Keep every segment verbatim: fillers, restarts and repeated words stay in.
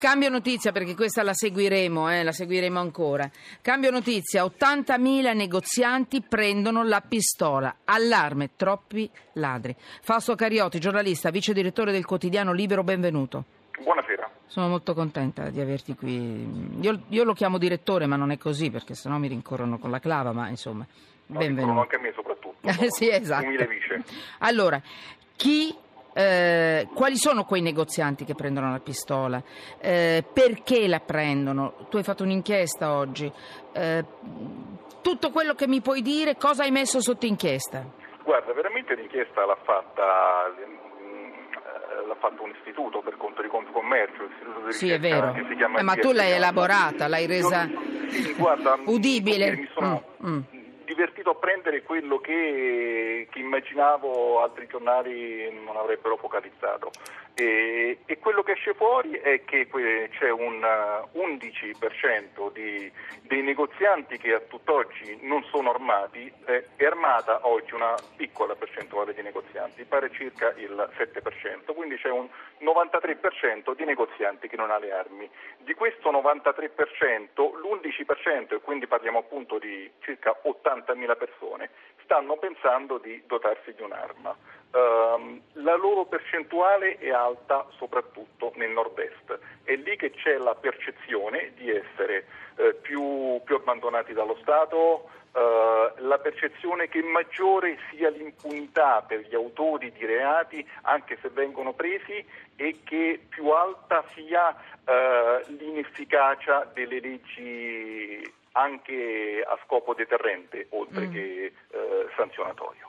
Cambio notizia, perché questa la seguiremo, eh, la seguiremo ancora. Cambio notizia, ottantamila negozianti prendono la pistola. Allarme, troppi ladri. Fausto Carioti, giornalista, vice direttore del quotidiano Libero, benvenuto. Buonasera. Sono molto contenta di averti qui. Io, io lo chiamo direttore, ma non è così, perché sennò mi rincorrono con la clava, ma insomma, No, benvenuto. anche a me soprattutto. Sì, esatto. Umile vice. Allora, chi... Eh, quali sono quei negozianti che prendono la pistola? Eh, perché la prendono? Tu hai fatto un'inchiesta oggi. Eh, tutto quello che mi puoi dire, cosa hai messo sotto inchiesta? Guarda, veramente l'inchiesta l'ha fatta, l'ha fatto un istituto per conto di Confcommercio, l'istituto di Sì, è ricerca vero. che si chiama Eh, ma I T S. tu l'hai elaborata, l'hai resa Io, sì, guarda, udibile. Mi sono Mm, mm. divertito a prendere quello che, che immaginavo altri giornali non avrebbero focalizzato. E, e quello che esce fuori è che c'è un undici per cento di, dei negozianti che a tutt'oggi non sono armati, eh, è armata oggi una piccola percentuale di negozianti, pare circa il sette per cento, quindi c'è un novantatré per cento di negozianti che non ha le armi. Di questo novantatré per cento, l'undici per cento, e quindi parliamo appunto di circa ottantamila persone, stanno pensando di dotarsi di un'arma. Uh, la loro percentuale è alta soprattutto nel nord-est, è lì che c'è la percezione di essere uh, più, più abbandonati dallo Stato, uh, la percezione che maggiore sia l'impunità per gli autori di reati anche se vengono presi e che più alta sia uh, l'inefficacia delle leggi anche a scopo deterrente oltre mm. che uh, sanzionatorio.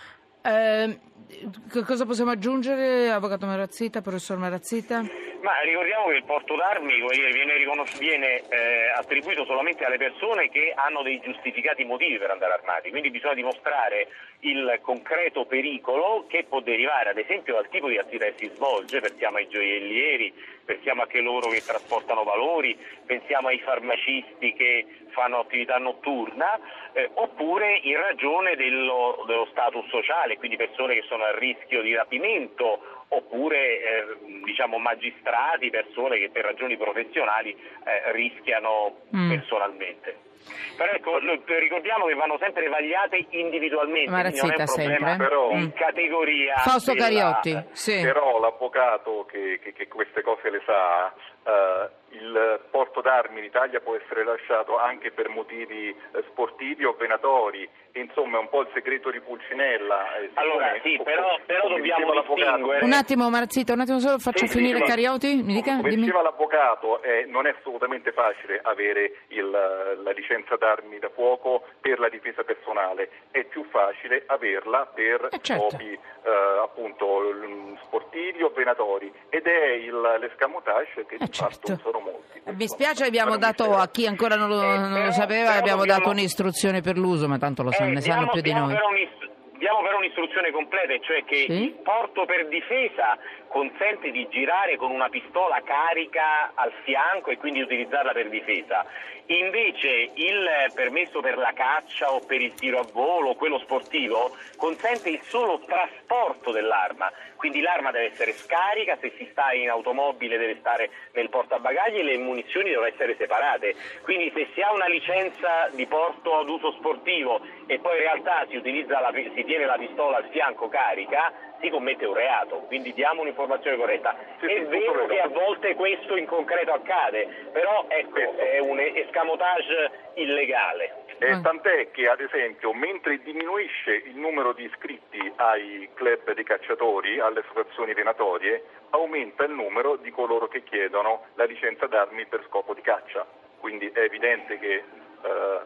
Eh, cosa possiamo aggiungere, avvocato Marazzita, professor Marazzita? Ma ricordiamo che il porto d'armi viene, riconos- viene eh, attribuito solamente alle persone che hanno dei giustificati motivi per andare armati, quindi bisogna dimostrare il concreto pericolo che può derivare ad esempio dal tipo di attività che si svolge. Pensiamo ai gioiellieri, pensiamo a coloro che trasportano valori, pensiamo ai farmacisti che fanno attività notturna, eh, oppure in ragione dello, dello status sociale, quindi persone che sono a rischio di rapimento, oppure eh, diciamo magistrati, persone che per ragioni professionali eh, rischiano mm. personalmente. Però ecco, ricordiamo che vanno sempre vagliate individualmente, Marazzita, non è un problema sempre. Però, di categoria. Fausto della... Carioti, sì. Però l'avvocato che, che, che queste cose le sa, uh, il porto d'armi in Italia può essere lasciato anche per motivi eh, sportivi o venatori, insomma è un po' il segreto di Pulcinella. Eh, allora sì, però, però dobbiamo distinguere. Un attimo Marazzita, un attimo solo, faccio sì, finire sì, Carioti, mi dica? Come Dimmi. diceva l'avvocato, eh, non è assolutamente facile avere il, la licenza d'armi da fuoco per la difesa personale, è più facile averla per eh certo. scopi eh, appunto sportivi o venatori, ed è il, l'escamotage che eh di certo. fatto sono molti. Mi spiace, abbiamo dato a chi ancora non lo, eh, non però, lo sapeva, però abbiamo dobbiamo... dato un'istruzione per l'uso, ma tanto lo sanno, eh, ne diamo, sanno più di diamo noi. Però diamo però un'istruzione completa, cioè che sì? il porto per difesa consente di girare con una pistola carica al fianco e quindi utilizzarla per difesa. Invece il permesso per la caccia o per il tiro a volo, quello sportivo, consente il solo trasporto dell'arma, quindi l'arma deve essere scarica, se si sta in automobile deve stare nel portabagagli e le munizioni devono essere separate, quindi se si ha una licenza di porto ad uso sportivo e poi in realtà si utilizza la, si tiene la pistola al fianco carica, si commette un reato, quindi diamo un'informazione corretta. Sì, è sì, vero che a volte questo in concreto accade, però ecco, è un escamotage illegale. Eh, tant'è che ad esempio mentre diminuisce il numero di iscritti ai club dei cacciatori, alle associazioni venatorie, aumenta il numero di coloro che chiedono la licenza d'armi per scopo di caccia, quindi è evidente che eh,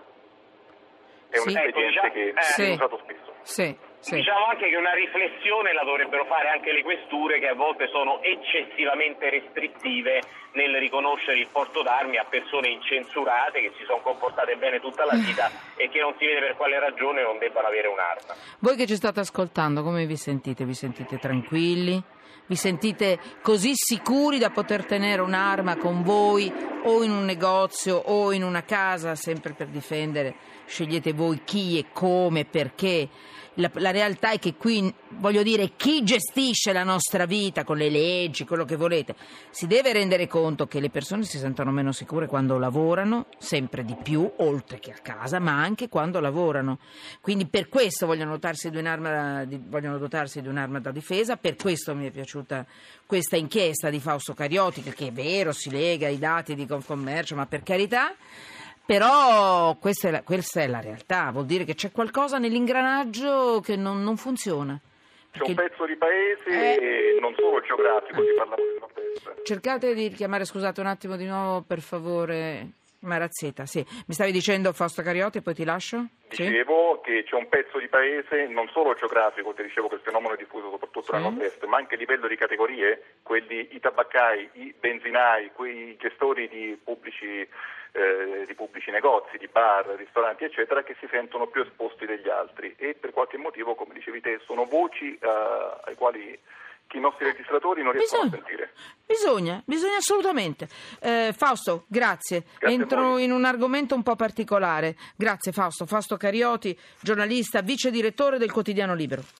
è un sì. espediente ecco, diciamo, che eh, viene usato spesso. Sì. Sì. Diciamo anche che una riflessione la dovrebbero fare anche le questure, che a volte sono eccessivamente restrittive nel riconoscere il porto d'armi a persone incensurate che si sono comportate bene tutta la vita e che non si vede per quale ragione non debbano avere un'arma. Voi che ci state ascoltando, come vi sentite? Vi sentite tranquilli? Vi sentite così sicuri da poter tenere un'arma con voi o in un negozio o in una casa, sempre per difendere? Scegliete voi chi e come, perché. la, la realtà è che qui, voglio dire, chi gestisce la nostra vita con le leggi, quello che volete, si deve rendere conto che le persone si sentono meno sicure quando lavorano, sempre di più, oltre che a casa, ma anche quando lavorano. Quindi per questo vogliono dotarsi di un'arma, di, vogliono dotarsi di un'arma da difesa, per questo mi è piaciuta questa inchiesta di Fausto Carioti, che è vero, si lega ai dati di Confcommercio, ma per carità. Però questa è, la, questa è la realtà, vuol dire che c'è qualcosa nell'ingranaggio che non, non funziona. C'è un pezzo di paese, eh... non solo geografico, si parla del nord-est. Cercate di chiamare, scusate un attimo di nuovo, per favore, Marazzeta. Sì. Mi stavi dicendo Fausto Carioti, poi ti lascio? Dicevo sì? Che c'è un pezzo di paese, non solo geografico, ti dicevo che il fenomeno è diffuso soprattutto nel sì. nord-est, ma anche a livello di categorie, quelli, i tabaccai, i benzinai, quei gestori di pubblici Eh, di pubblici negozi, di bar, ristoranti eccetera, che si sentono più esposti degli altri e per qualche motivo, come dicevi te, sono voci uh, ai quali i nostri legislatori non riescono bisogna, a sentire. Bisogna, bisogna assolutamente. Eh, Fausto, grazie. grazie Entro in un argomento un po' particolare. Grazie Fausto. Fausto Carioti, giornalista, vice direttore del Quotidiano Libero.